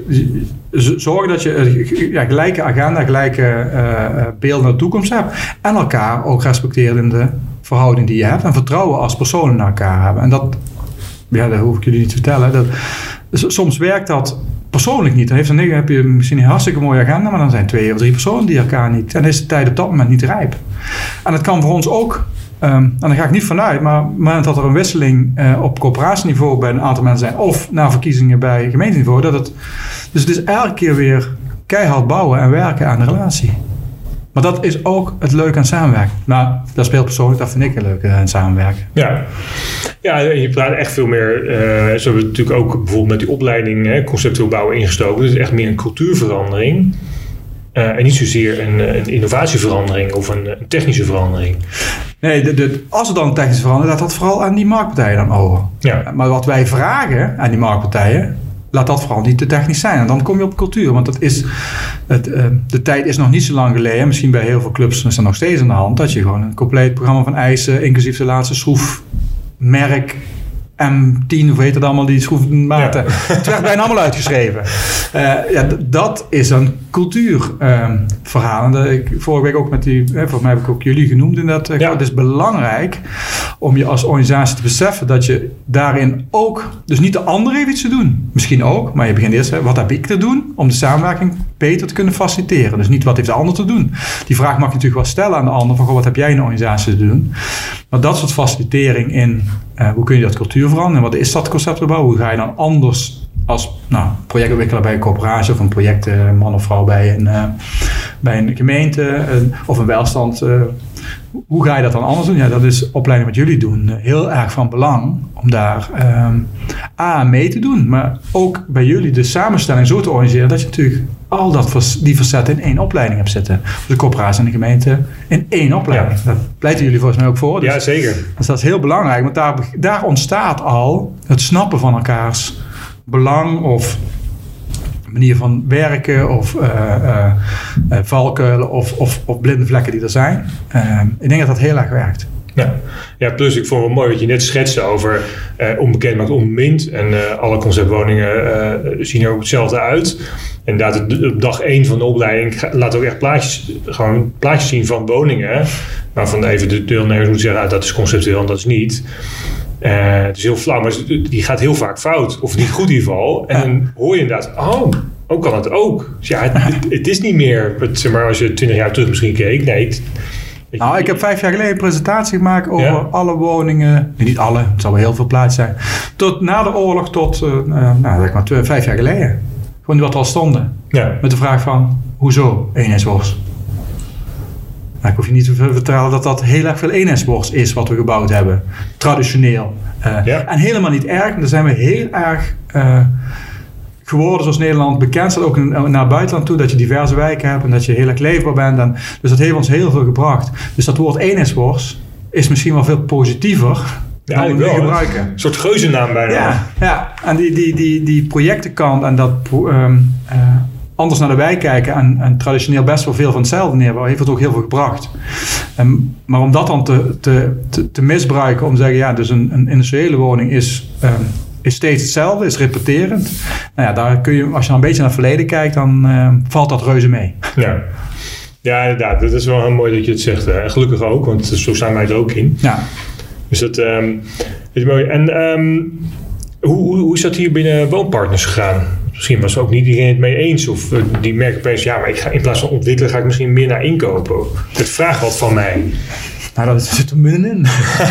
zorgen dat je ja, gelijke agenda, gelijke uh, beeld naar de toekomst hebt. En elkaar ook respecteert in de verhouding die je hebt. En vertrouwen als personen naar elkaar hebben. En dat, ja, dat hoef ik jullie niet te vertellen. Dat, soms werkt dat persoonlijk niet. Dan heeft een, heb je misschien een hartstikke mooie agenda, maar dan zijn twee of drie personen die elkaar niet. En is de tijd op dat moment niet rijp. En dat kan voor ons ook. Um, en daar ga ik niet vanuit, maar op het moment dat er een wisseling uh, op coöperatieniveau bij een aantal mensen zijn, of na verkiezingen bij gemeenteniveau, dat het. Dus het is elke keer weer keihard bouwen en werken aan de relatie. Maar dat is ook het leuke aan samenwerken. Nou, dat speelt persoonlijk, dat vind ik een leuke aan samenwerken. Ja, ja, je praat echt veel meer. Uh, zo hebben we natuurlijk ook bijvoorbeeld met die opleiding hè, conceptueel bouwen ingestoken. Dus echt meer een cultuurverandering. Uh, en niet zozeer een, een innovatieverandering of een, een technische verandering. Nee, de, de, als er dan een technische verandering, laat dat vooral aan die marktpartijen dan over. Ja. Maar wat wij vragen aan die marktpartijen, laat dat vooral niet te technisch zijn. En dan kom je op cultuur. Want dat is, het, uh, de tijd is nog niet zo lang geleden. Misschien bij heel veel clubs is er nog steeds aan de hand. Dat je gewoon een compleet programma van eisen, inclusief de laatste schroefmerk, M tien, hoe heet het allemaal, die schroefmaten. Ja. Het werd bijna allemaal uitgeschreven. Uh, ja, d- dat is een cultuurverhaal. Uh, ik vorige week ook met die, eh, volgens mij heb ik ook jullie genoemd in dat. Uh, ja. Het is belangrijk om je als organisatie te beseffen dat je daarin ook, dus niet de ander heeft iets te doen. Misschien ook, maar je begint eerst, hè, wat heb ik te doen om de samenwerking beter te kunnen faciliteren. Dus niet wat heeft de ander te doen. Die vraag mag je natuurlijk wel stellen aan de ander, van goh, wat heb jij in de organisatie te doen? Maar dat soort facilitering in, uh, hoe kun je dat cultuur veranderen? Wat is dat concept erbouwen? Hoe ga je dan anders als nou, projectontwikkelaar bij een corporatie of een projectman of vrouw bij een, uh, bij een gemeente een, of een welstand. Uh, hoe ga je dat dan anders doen? Ja, dat is opleiding wat jullie doen. Uh, heel erg van belang om daar um, A, mee te doen. Maar ook bij jullie de samenstelling zo te organiseren dat je natuurlijk al dat, die facetten in één opleiding hebt zitten. Dus de corporatie en de gemeente in één opleiding. Ja. Dat pleiten jullie volgens mij ook voor. Dus, ja, zeker. Dus dat is heel belangrijk. Want daar, daar ontstaat al het snappen van elkaars belang of manier van werken of uh, uh, uh, valkuilen of, of, of blinde vlekken die er zijn. Uh, ik denk dat dat heel erg werkt. Ja. ja, plus ik vond het mooi wat je net schetste over uh, onbekend maakt onbemind. En uh, alle conceptwoningen uh, zien er ook hetzelfde uit. En inderdaad, op dag één van de opleiding laat ook echt plaatjes, gewoon plaatjes zien van woningen. Waarvan even de deelnemers moeten zeggen, ah, dat is conceptueel en dat is niet. Uh, het is heel flauw, maar die gaat heel vaak fout. Of niet goed in ieder geval. En dan hoor je inderdaad, oh, ook kan het ook. Dus ja, het, het, het is niet meer, het, zeg maar, als je twintig jaar terug misschien keek. Nee, het, nou, ik heb vijf jaar geleden een presentatie gemaakt over ja. alle woningen. Niet alle, het zal wel heel veel plaats zijn. Tot na de oorlog tot, uh, nou, zeg maar, twee, vijf jaar geleden. Gewoon wat er al stonden. Ja. Met de vraag van, hoezo eenheidsworst? Nou, ik hoef je niet te vertellen dat dat heel erg veel eenheidsworst is wat we gebouwd hebben. Traditioneel. Uh, ja. En helemaal niet erg. Daar zijn we heel erg uh, geworden zoals Nederland bekend staat. Ook naar het buitenland toe. Dat je diverse wijken hebt. En dat je heel erg leefbaar bent. En, dus dat heeft ons heel veel gebracht. Dus dat woord eenheidsworst is misschien wel veel positiever. Ja, dan we nu gebruiken. Een soort geuzennaam bijna. Ja, ja. En die, die, die, die projectenkant en dat um, uh, anders naar de wijk kijken en, en traditioneel best wel veel van hetzelfde neerbouwen, heeft het ook heel veel gebracht. Um, maar om dat dan te, te, te, te misbruiken, om te zeggen, ja, dus een, een industriële woning is, um, is steeds hetzelfde, is repeterend. Nou ja, daar kun je, als je dan een beetje naar het verleden kijkt, dan uh, valt dat reuze mee. Ja. Ja, inderdaad. Dat is wel heel mooi dat je het zegt. En gelukkig ook, want zo staan wij er ook in. Ja. Dus dat um, is mooi. En um, hoe, hoe, hoe is dat hier binnen woonpartners gegaan? Misschien was ook niet iedereen het mee eens. Of uh, die merken opeens, ja, maar ik ga in plaats van ontwikkelen, ga ik misschien meer naar inkopen. Het vraagt wat van mij. Nou, dat zit er middenin.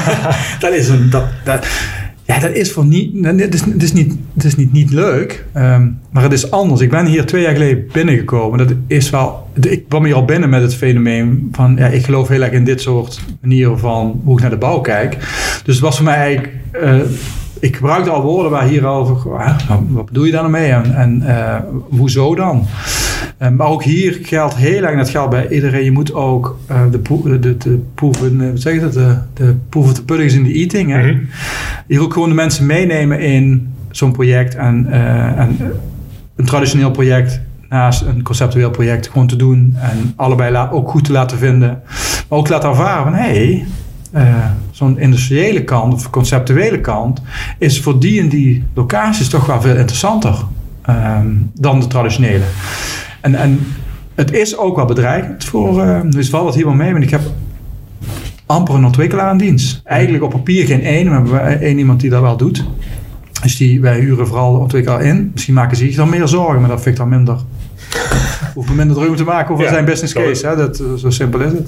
dat is een... Dat, dat, ja, dat is voor niet... Het is, het is niet, het is niet, niet leuk. Um, maar het is anders. Ik ben hier twee jaar geleden binnengekomen. Dat is wel... Ik kwam hier al binnen met het fenomeen van... Ja, ik geloof heel erg in dit soort manieren van hoe ik naar de bouw kijk. Dus het was voor mij eigenlijk... Uh, ik gebruikte al woorden waar hier over... Uh, wat bedoel je daar nou mee? En, en uh, hoezo dan? Uh, maar ook hier geldt heel erg, en dat geldt bij iedereen. Je moet ook uh, de, de, de, de proeven... Wat zeg je dat? De, de proof of the pudding is in the eating. Hè? Mm-hmm. Je wil ook gewoon de mensen meenemen in zo'n project. En, uh, en een traditioneel project... naast een conceptueel project gewoon te doen en allebei la- ook goed te laten vinden. Maar ook laten ervaren van, hé, hey, uh, zo'n industriële kant of conceptuele kant is voor die en die locaties toch wel veel interessanter um, dan de traditionele. En, en het is ook wel bedreigend voor, uh, dus valt dat hier wel mee, want ik heb amper een ontwikkelaar in dienst. Eigenlijk op papier geen één, maar we hebben één iemand die dat wel doet. Dus die, wij huren vooral de ontwikkelaar in. Misschien maken ze zich dan meer zorgen, maar dat vind ik dan minder. Hoeven minder druk te maken over ja, zijn business case. Hè? Dat, zo simpel is het.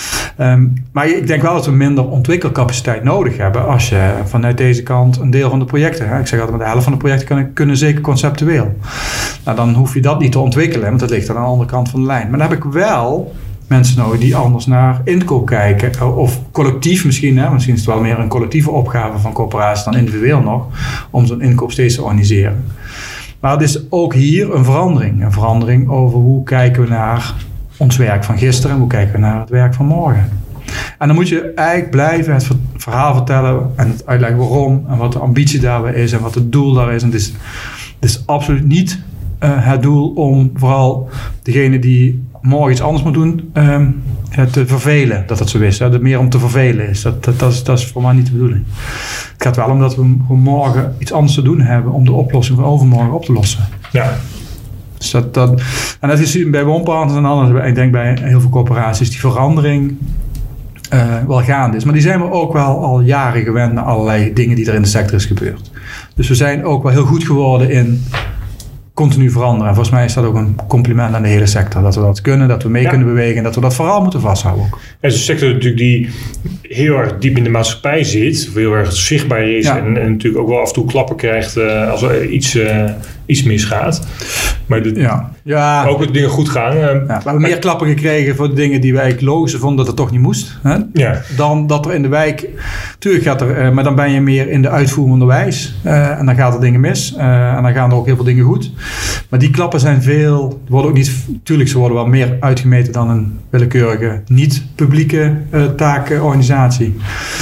Um, maar ik denk wel dat we minder ontwikkelcapaciteit nodig hebben als je vanuit deze kant een deel van de projecten. Hè? Ik zeg altijd, de helft van de projecten kunnen, kunnen zeker conceptueel. Nou, dan hoef je dat niet te ontwikkelen, want dat ligt aan de andere kant van de lijn. Maar dan heb ik wel mensen nodig die anders naar inkoop kijken. Of collectief misschien. Hè? Misschien is het wel meer een collectieve opgave van corporaties dan individueel nog. Om zo'n inkoop steeds te organiseren. Maar het is ook hier een verandering. Een verandering over hoe kijken we naar ons werk van gisteren. En hoe kijken we naar het werk van morgen. En dan moet je eigenlijk blijven het verhaal vertellen. En het uitleggen waarom. En wat de ambitie daarbij is. En wat het doel daar is. En het is, het is absoluut niet uh, het doel om vooral degene die morgen iets anders moet doen, um, te vervelen. Dat dat zo is. Hè? Dat meer om te vervelen is. Dat, dat, dat, is. dat is voor mij niet de bedoeling. Het gaat wel om dat we morgen iets anders te doen hebben om de oplossing van overmorgen op te lossen. Ja. Dus dat, dat, en dat is bij woonpartners en anders. Ik denk bij heel veel corporaties die verandering uh, wel gaande is. Maar die zijn we ook wel al jaren gewend naar allerlei dingen die er in de sector is gebeurd. Dus we zijn ook wel heel goed geworden in continu veranderen. En volgens mij is dat ook een compliment aan de hele sector. Dat we dat kunnen, dat we mee ja. kunnen bewegen en dat we dat vooral moeten vasthouden ook. Het is een sector natuurlijk die heel erg diep in de maatschappij zit. Of heel erg zichtbaar is. Ja. En, en natuurlijk ook wel af en toe klappen krijgt uh, als er iets, uh, iets misgaat. Maar de, ja. Ja. ook dat dingen goed gaan. Uh, ja, we hebben meer klappen gekregen voor de dingen die wij logisch vonden dat het toch niet moest. Hè? Ja. Dan dat er in de wijk... Tuurlijk gaat er... Uh, maar dan ben je meer in de uitvoering onderwijs. Uh, en dan gaat er dingen mis. Uh, en dan gaan er ook heel veel dingen goed. Maar die klappen zijn veel... Worden ook niet... Tuurlijk, ze worden wel meer uitgemeten dan een willekeurige niet-publieke uh, taakorganisatie.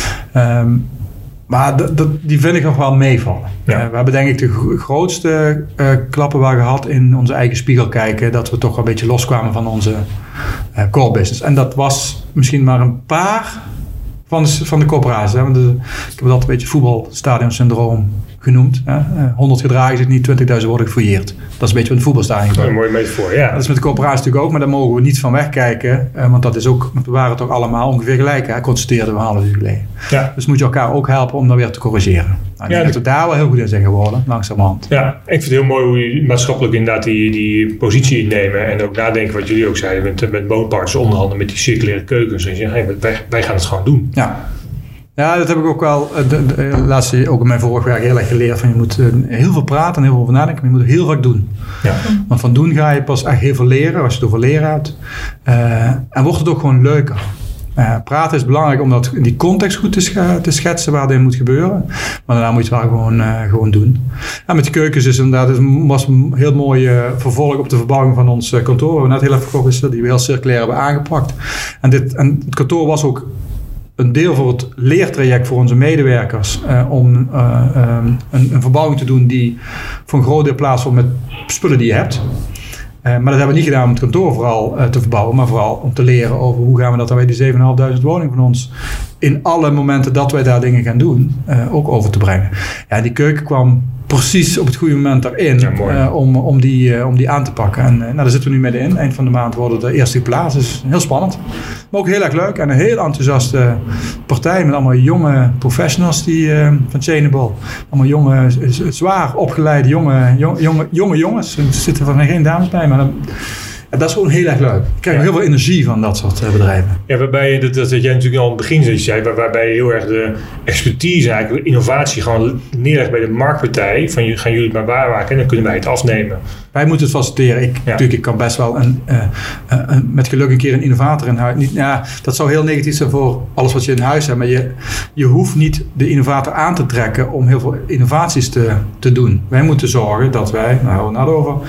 Um, Maar d- d- die vind ik nog wel meevallen. Ja. Uh, we hebben denk ik de g- grootste uh, klappen waar gehad in onze eigen spiegel kijken. Dat we toch een beetje loskwamen van onze uh, core business. En dat was misschien maar een paar van de, van de corporaties. Hè? Want de, ik heb dat een beetje voetbalstadionsyndroom genoemd. Hè? Uh, honderd gedragen zit niet, twintigduizend worden gefouilleerd. Dat is een beetje wat een voetbalstadion is. Een mooie metafoor, ja. Dat is met de corporatie natuurlijk ook, maar daar mogen we niet van wegkijken. Uh, want dat is ook, we waren toch allemaal ongeveer gelijk, hè? Constateerden we een half uur geleden. Ja. Dus moet je elkaar ook helpen om dat weer te corrigeren. Nou, ja, dat we daar wel heel goed in zijn geworden, langzamerhand. Ja, ik vind het heel mooi hoe je maatschappelijk inderdaad die, die positie innemen. En ook nadenken wat jullie ook zeiden, met, met woonpartners onderhandelen met die circulaire keukens. En zeggen, hey, wij, wij gaan het gewoon doen. Ja. Ja, dat heb ik ook wel de, de, de, laatst ook in mijn vorig werk heel erg geleerd. Van je moet uh, heel veel praten en heel veel over nadenken, maar je moet het heel vaak doen. Ja. Want van doen ga je pas echt heel veel leren, als je het over leren hebt. Uh, en wordt het ook gewoon leuker. Uh, praten is belangrijk om dat in die context goed te, sch- te schetsen waar dit moet gebeuren. Maar daarna moet je het wel gewoon, uh, gewoon doen. En met de keukens is inderdaad, het was een heel mooi uh, vervolg op de verbouwing van ons uh, kantoor. Waar we net heel even gekocht die we heel circulair hebben aangepakt. En, dit, en het kantoor was ook een deel voor het leertraject voor onze medewerkers uh, om uh, um, een, een verbouwing te doen die voor een groot deel plaatsvond met spullen die je hebt. Uh, maar dat hebben we niet gedaan om het kantoor vooral uh, te verbouwen, maar vooral om te leren over hoe gaan we dat dan bij die zevenduizend vijfhonderd woningen van ons in alle momenten dat wij daar dingen gaan doen, uh, ook over te brengen. Ja, die keuken kwam precies op het goede moment daarin ja, uh, om, om, die, uh, om die aan te pakken. En uh, nou, daar zitten we nu middenin. Eind van de maand worden de eerste geplaatst. Dus heel spannend. Maar ook heel erg leuk. En een heel enthousiaste partij met allemaal jonge professionals die, uh, van Chainable. Allemaal jonge, zwaar opgeleide jonge, jonge, jonge, jonge jongens. Er zitten van geen dames bij, maar dan, ja, dat is gewoon heel erg leuk. Ik krijg ja. heel veel energie van dat soort uh, bedrijven. Ja, waarbij dat, dat jij natuurlijk al aan het begin zei, waar, waarbij je heel erg de expertise, eigenlijk innovatie gewoon neerlegt bij de marktpartij. Van gaan jullie het maar waarmaken en dan kunnen wij het afnemen. Wij moeten het faciliteren. Ik, ja. Natuurlijk, ik kan best wel een, uh, uh, een, met geluk een keer een innovator in huis. Niet, ja, dat zou heel negatief zijn voor alles wat je in huis hebt. Maar je, je hoeft niet de innovator aan te trekken om heel veel innovaties te, te doen. Wij moeten zorgen dat wij, nou we hadden over,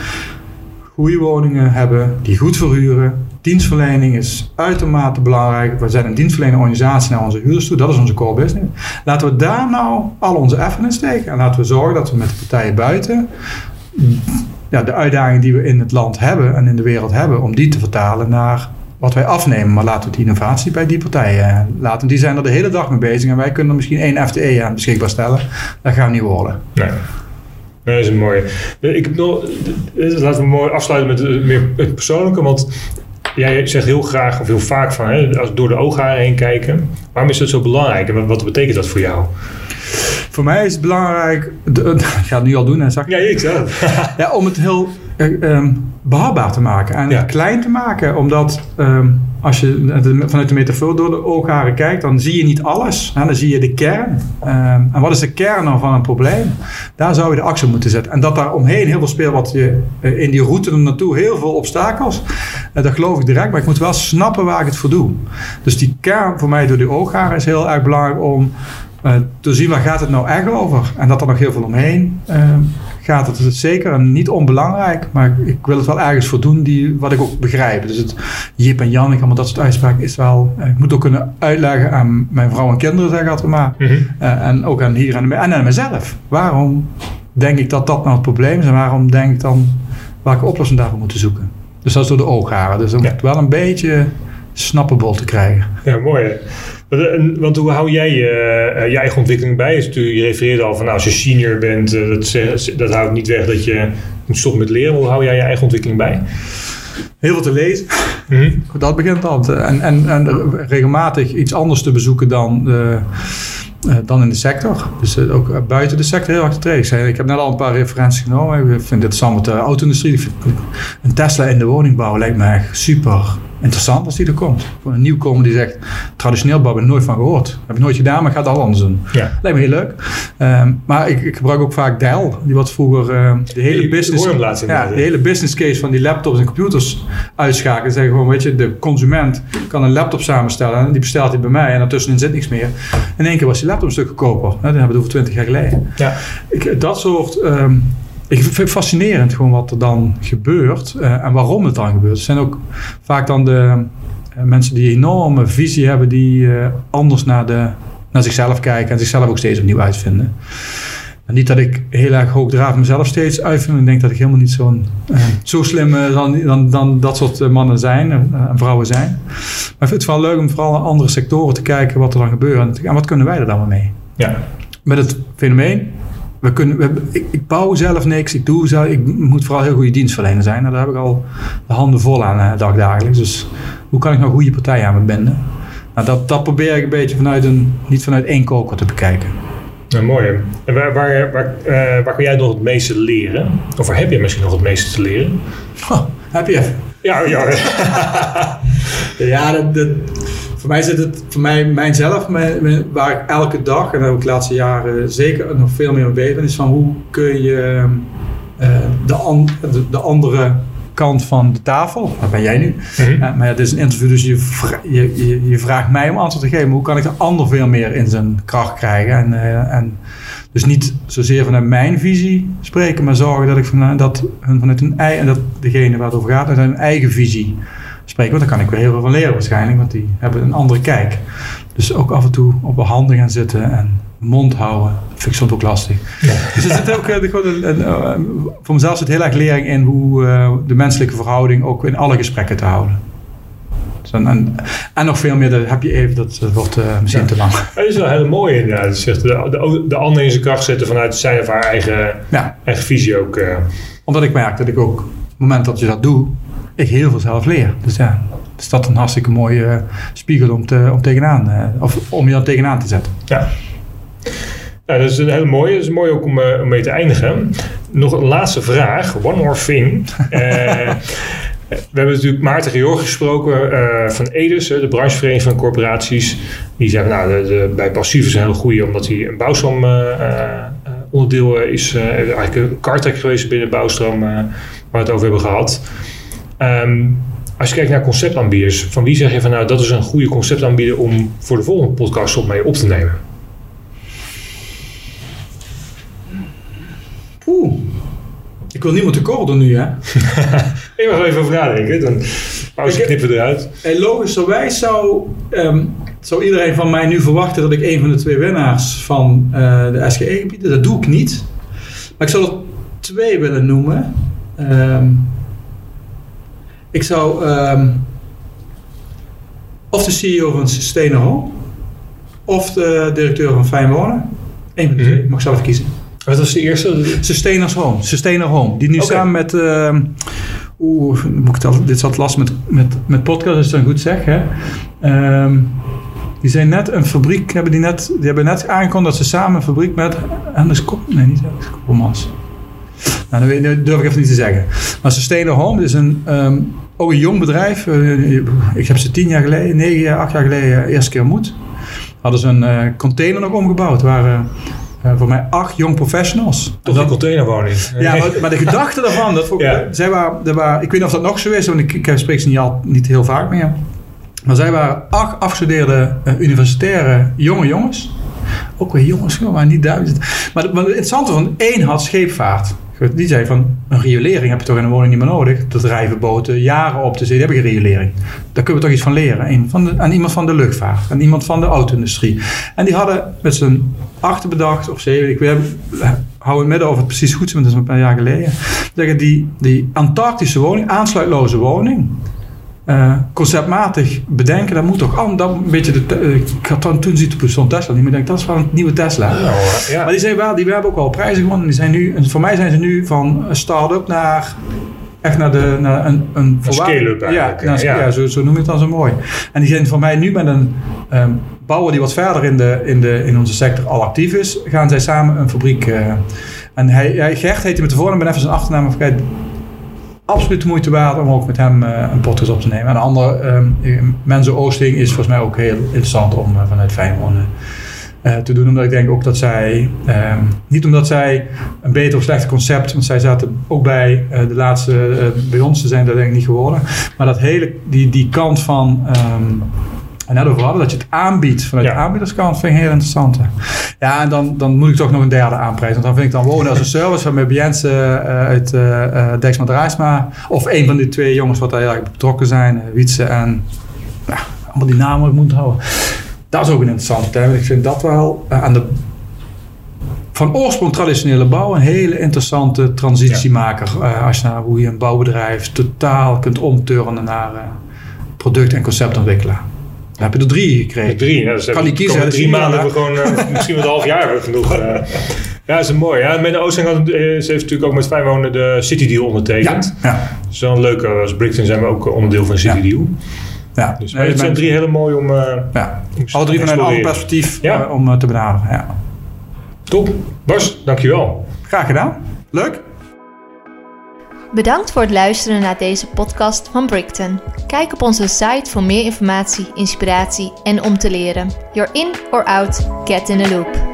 goede woningen hebben die goed verhuren. Dienstverlening is uitermate belangrijk. We zijn een dienstverlenende organisatie naar onze huurders toe. Dat is onze core business. Laten we daar nou al onze effort in steken. En laten we zorgen dat we met de partijen buiten ja, de uitdagingen die we in het land hebben en in de wereld hebben, om die te vertalen naar wat wij afnemen. Maar laten we die innovatie bij die partijen laten. Die zijn er de hele dag mee bezig. En wij kunnen er misschien één F T E aan beschikbaar stellen. Dat gaat niet worden. Nee. Nee, dat is een mooie. Ik heb nog, laten we mooi afsluiten met meer het persoonlijke. Want jij zegt heel graag of heel vaak van hè, als door de oogharen heen kijken. Waarom is dat zo belangrijk en wat, wat betekent dat voor jou? Voor mij is het belangrijk, de, ik ga het nu al doen. Hè, zag ik. Ja, ik zelf. Ja, om het heel uh, um, behapbaar te maken en ja. klein te maken. Omdat um, als je vanuit de metafoor door de oogharen kijkt, dan zie je niet alles. Hè, dan zie je de kern. Um, en wat is de kern nou van een probleem? Daar zou je de actie moeten zetten. En dat daar omheen heel veel speelt, wat je uh, in die route er naartoe heel veel obstakels. Uh, dat geloof ik direct, maar ik moet wel snappen waar ik het voor doe. Dus die kern voor mij door de oogharen is heel erg belangrijk om Uh, te zien waar gaat het nou echt over. En dat er nog heel veel omheen uh, gaat. Het is zeker en niet onbelangrijk. Maar ik wil het wel ergens voor doen die, wat ik ook begrijp. Dus het Jip en Jan, ik allemaal dat soort uitspraken is wel. Uh, ik moet ook kunnen uitleggen aan mijn vrouw en kinderen, zeg ik altijd maar. Mm-hmm. Uh, en ook aan hier en, en aan mezelf. Waarom denk ik dat dat nou het probleem is? En waarom denk ik dan welke oplossing daarvoor moeten zoeken? Dus dat is door de oogharen. Dus dan ja. moet wel een beetje snappable te krijgen. Ja, mooi hè? Want hoe hou jij je, uh, je eigen ontwikkeling bij? Dus je refereerde al van nou, als je senior bent, uh, dat, dat houdt niet weg dat je moet stoppen met leren. Hoe hou jij je eigen ontwikkeling bij? Heel veel te lezen. Mm-hmm. Dat begint al. En, en, en regelmatig iets anders te bezoeken dan, uh, uh, dan in de sector. Dus uh, ook uh, buiten de sector heel achterig. Ik heb net al een paar referenties genomen. Ik vind het interessant met de auto-industrie. Een Tesla in de woningbouw lijkt me echt super interessant als die er komt. Voor een nieuwkomer die zegt, traditioneel bouw heb ik nooit van gehoord. Heb ik nooit gedaan, maar ik ga het al anders doen. Ja. Lijkt me heel leuk. Um, maar ik, ik gebruik ook vaak Dell. Die wat vroeger uh, de, hele business, ja, de hele business case van die laptops en computers uitschakelen. Zeggen gewoon, weet je, de consument kan een laptop samenstellen. En die bestelt hij bij mij en daartussenin zit niks meer. In één keer was die laptop een stuk goedkoper. Dat hebben we over twintig jaar geleden. Ja. Ik, dat soort... Um, Ik vind het fascinerend gewoon wat er dan gebeurt uh, en waarom het dan gebeurt. Het zijn ook vaak dan de uh, mensen die een enorme visie hebben, die uh, anders naar, de, naar zichzelf kijken en zichzelf ook steeds opnieuw uitvinden. En niet dat ik heel erg hoogdravend mezelf steeds uitvind. Ik denk dat ik helemaal niet zo'n, uh, zo slim uh, dan, dan, dan dat soort uh, mannen zijn uh, en vrouwen zijn. Maar ik vind het wel leuk om vooral naar andere sectoren te kijken wat er dan gebeurt. En wat kunnen wij er dan maar mee? Ja. Met het fenomeen. We kunnen, we, ik, ik bouw zelf niks, ik doe zelf, ik moet vooral heel goede dienstverlener zijn. Nou, daar heb ik al de handen vol aan uh, dagdagelijks. Dus hoe kan ik nou goede partijen aan me binden? Nou, dat, dat probeer ik een beetje vanuit een, niet vanuit één koker te bekijken. Nou, mooi. En waar, waar, waar, uh, waar kun jij nog het meeste leren? Of waar heb je misschien nog het meeste te leren? Oh, heb je? Ja, ja. ja, dat... dat Voor mij zit het, voor mij, mijzelf, mijn, mijn, waar ik elke dag, en daar heb ik de laatste jaren zeker nog veel meer mee bezig ben, is van hoe kun je uh, de, an, de, de andere kant van de tafel, dat ben jij nu, mm-hmm. uh, maar ja, dit is een interview, dus je, je, je, je vraagt mij om antwoord te geven, maar hoe kan ik de ander veel meer in zijn kracht krijgen en, uh, en dus niet zozeer vanuit mijn visie spreken, maar zorgen dat ik vanuit, dat hun vanuit hun eigen, en dat degene waar het over gaat, uit hun eigen visie spreken, want daar kan ik weer heel veel van leren waarschijnlijk, want die hebben een andere kijk. Dus ook af en toe op een handen gaan zitten en mond houden, dat vind ik soms ook lastig. Ja. Dus er zit ook, uh, gewoon een, een, uh, voor mezelf zit heel erg lering in hoe uh, de menselijke verhouding ook in alle gesprekken te houden. Dus en, en, en nog veel meer, dat heb je even, dat wordt uh, misschien ja. te lang. Dat is wel heel mooi inderdaad. Het zegt de, de, de ander in zijn kracht zetten vanuit zijn of haar eigen, ja. eigen visie ook. Uh. Omdat ik merk dat ik ook, op het moment dat je dat doet, ik heel veel zelf leer. Dus ja, is dat een hartstikke mooie uh, spiegel om, te, om tegenaan, uh, of om je dan tegenaan te zetten. Ja. Nou, dat is een hele mooie. Dat is mooi ook om, uh, om mee te eindigen. Nog een laatste vraag. One more thing. uh, we hebben natuurlijk Maarten Georg gesproken uh, van Edis, de branchevereniging van corporaties. Die zeggen, nou, de, de, bij passief is een heel goede, omdat hij een bouwstroom uh, uh, onderdeel is. Uh, eigenlijk een kartrek geweest binnen bouwstroom, uh, waar we het over hebben gehad. Um, als je kijkt naar conceptaanbieders, van wie zeg je van nou dat is een goede conceptaanbieder om voor de volgende podcast op mee op te nemen? Oeh, ik wil niemand tekort doen nu, hè? Ik mag er even over nadenken, dan pauze knippen we eruit. Hey, logischerwijs zou, um, zou iedereen van mij nu verwachten dat ik een van de twee winnaars van uh, de S G E-gebieden, dat doe ik niet. Maar ik zou er twee willen noemen. Um, Ik zou um, of de C E O van Sustainer Home of de directeur van Fijn Wonen. Eén van de twee, mm-hmm. mag zelf kiezen. Wat was de eerste? Sustainers Home. Sustainer Home. Die nu okay. samen met... Uh, Oeh, moet ik het, dit zat last met, met, met podcast, is dan goed zeg. Hè? Um, die zijn net een fabriek, hebben die, net, die hebben net aangekondigd dat ze samen een fabriek met... Anders Kop, nee, niet Anders Koppelmans. Nou, dat durf ik even niet te zeggen. Maar Sustainer Home, dat is een, um, ook een jong bedrijf. Uh, ik heb ze tien jaar geleden, negen jaar, acht jaar geleden uh, eerste keer ontmoet. Hadden ze een uh, container nog omgebouwd. Het waren uh, voor mij acht jong professionals. Toch een containerwoning. Ja, maar, maar de gedachte daarvan, dat voor, ja. zij waren, waren, ik weet niet of dat nog zo is, want ik, ik spreek ze niet, al, niet heel vaak meer. Maar zij waren acht afgestudeerde uh, universitaire jonge jongens. Ook weer jongens, maar niet duizend. Maar, maar het interessante van één had scheepvaart. Die zei van, een riolering heb je toch in een woning niet meer nodig. Dat drijven boten jaren op de zee, die hebben geen riolering. Daar kunnen we toch iets van leren. Een van de, aan iemand van de luchtvaart, aan iemand van de auto-industrie. En die hadden met z'n achter bedacht, of zeven, ik weet, hou het midden of het precies goed is, maar dat is een paar jaar geleden. Zeggen die, die Antarctische woning, aansluitloze woning, Uh, conceptmatig bedenken, dat moet toch an, dat een beetje de, uh, ik had dan toen ziet op zo'n Tesla niet meer denk dat is wel een nieuwe Tesla. Ja, ja. Maar die zijn wel, die hebben ook wel prijzen gewonnen. Die zijn nu, voor mij zijn ze nu van een start-up naar echt naar, de, naar een, een scale-up eigenlijk. Ja, naar, ja. ja zo, zo noem je het dan zo mooi. En die zijn voor mij nu met een um, bouwer die wat verder in, de, in, de, in onze sector al actief is, gaan zij samen een fabriek. Uh, en hij, hij, Gert heet hij met de voornaam, ben even zijn achternaam vergeten. Absoluut de moeite waard om ook met hem uh, een podcast op te nemen. En de andere, um, Menzo Oosting, is volgens mij ook heel interessant om uh, vanuit Fijnwonen uh, te doen. Omdat ik denk ook dat zij, um, niet omdat zij een beter of slechter concept, want zij zaten ook bij uh, de laatste, uh, bij ons, ze zijn dat denk ik niet geworden. Maar dat hele, die, die kant van... Um, En net over hadden, dat je het aanbiedt vanuit ja. de aanbiederskant, vind ik heel interessant. Ja, en dan, dan moet ik toch nog een derde aanprijzen. Want dan vind ik dan wonen als een service van mijn Jensen uh, uit uh, uh, Dijksma Draaisma. Of een van die twee jongens wat daar eigenlijk betrokken zijn. Uh, Wietse en ja, allemaal die namen ik moet houden. Dat is ook een interessante thema. Ik vind dat wel uh, aan de van oorsprong traditionele bouw een hele interessante transitiemaker. Ja. Uh, als je naar hoe je een bouwbedrijf totaal kunt omturnen naar uh, product- en conceptontwikkelaar. Dan heb je er drie gekregen. Drie, nou, dus kan die kiezen. Drie maanden hebben we gewoon, uh, misschien wel een half jaar genoeg. Uh, ja, dat is mooi. Ja, met de Oosting had, ze heeft natuurlijk ook met Fijnwonen de City Deal ondertekend. Ja, ja. Dat is wel een leuke. Als Bricton zijn we ook onderdeel van City ja. Deal. Ja. Dus, nee, het zijn drie hele mooie om... Uh, ja. om alle drie vanuit een ander perspectief ja. uh, om uh, te benaderen. Ja. Top. Bas, dankjewel. Graag gedaan. Leuk. Bedankt voor het luisteren naar deze podcast van Bricton. Kijk op onze site voor meer informatie, inspiratie en om te leren. You're in or out, get in the loop.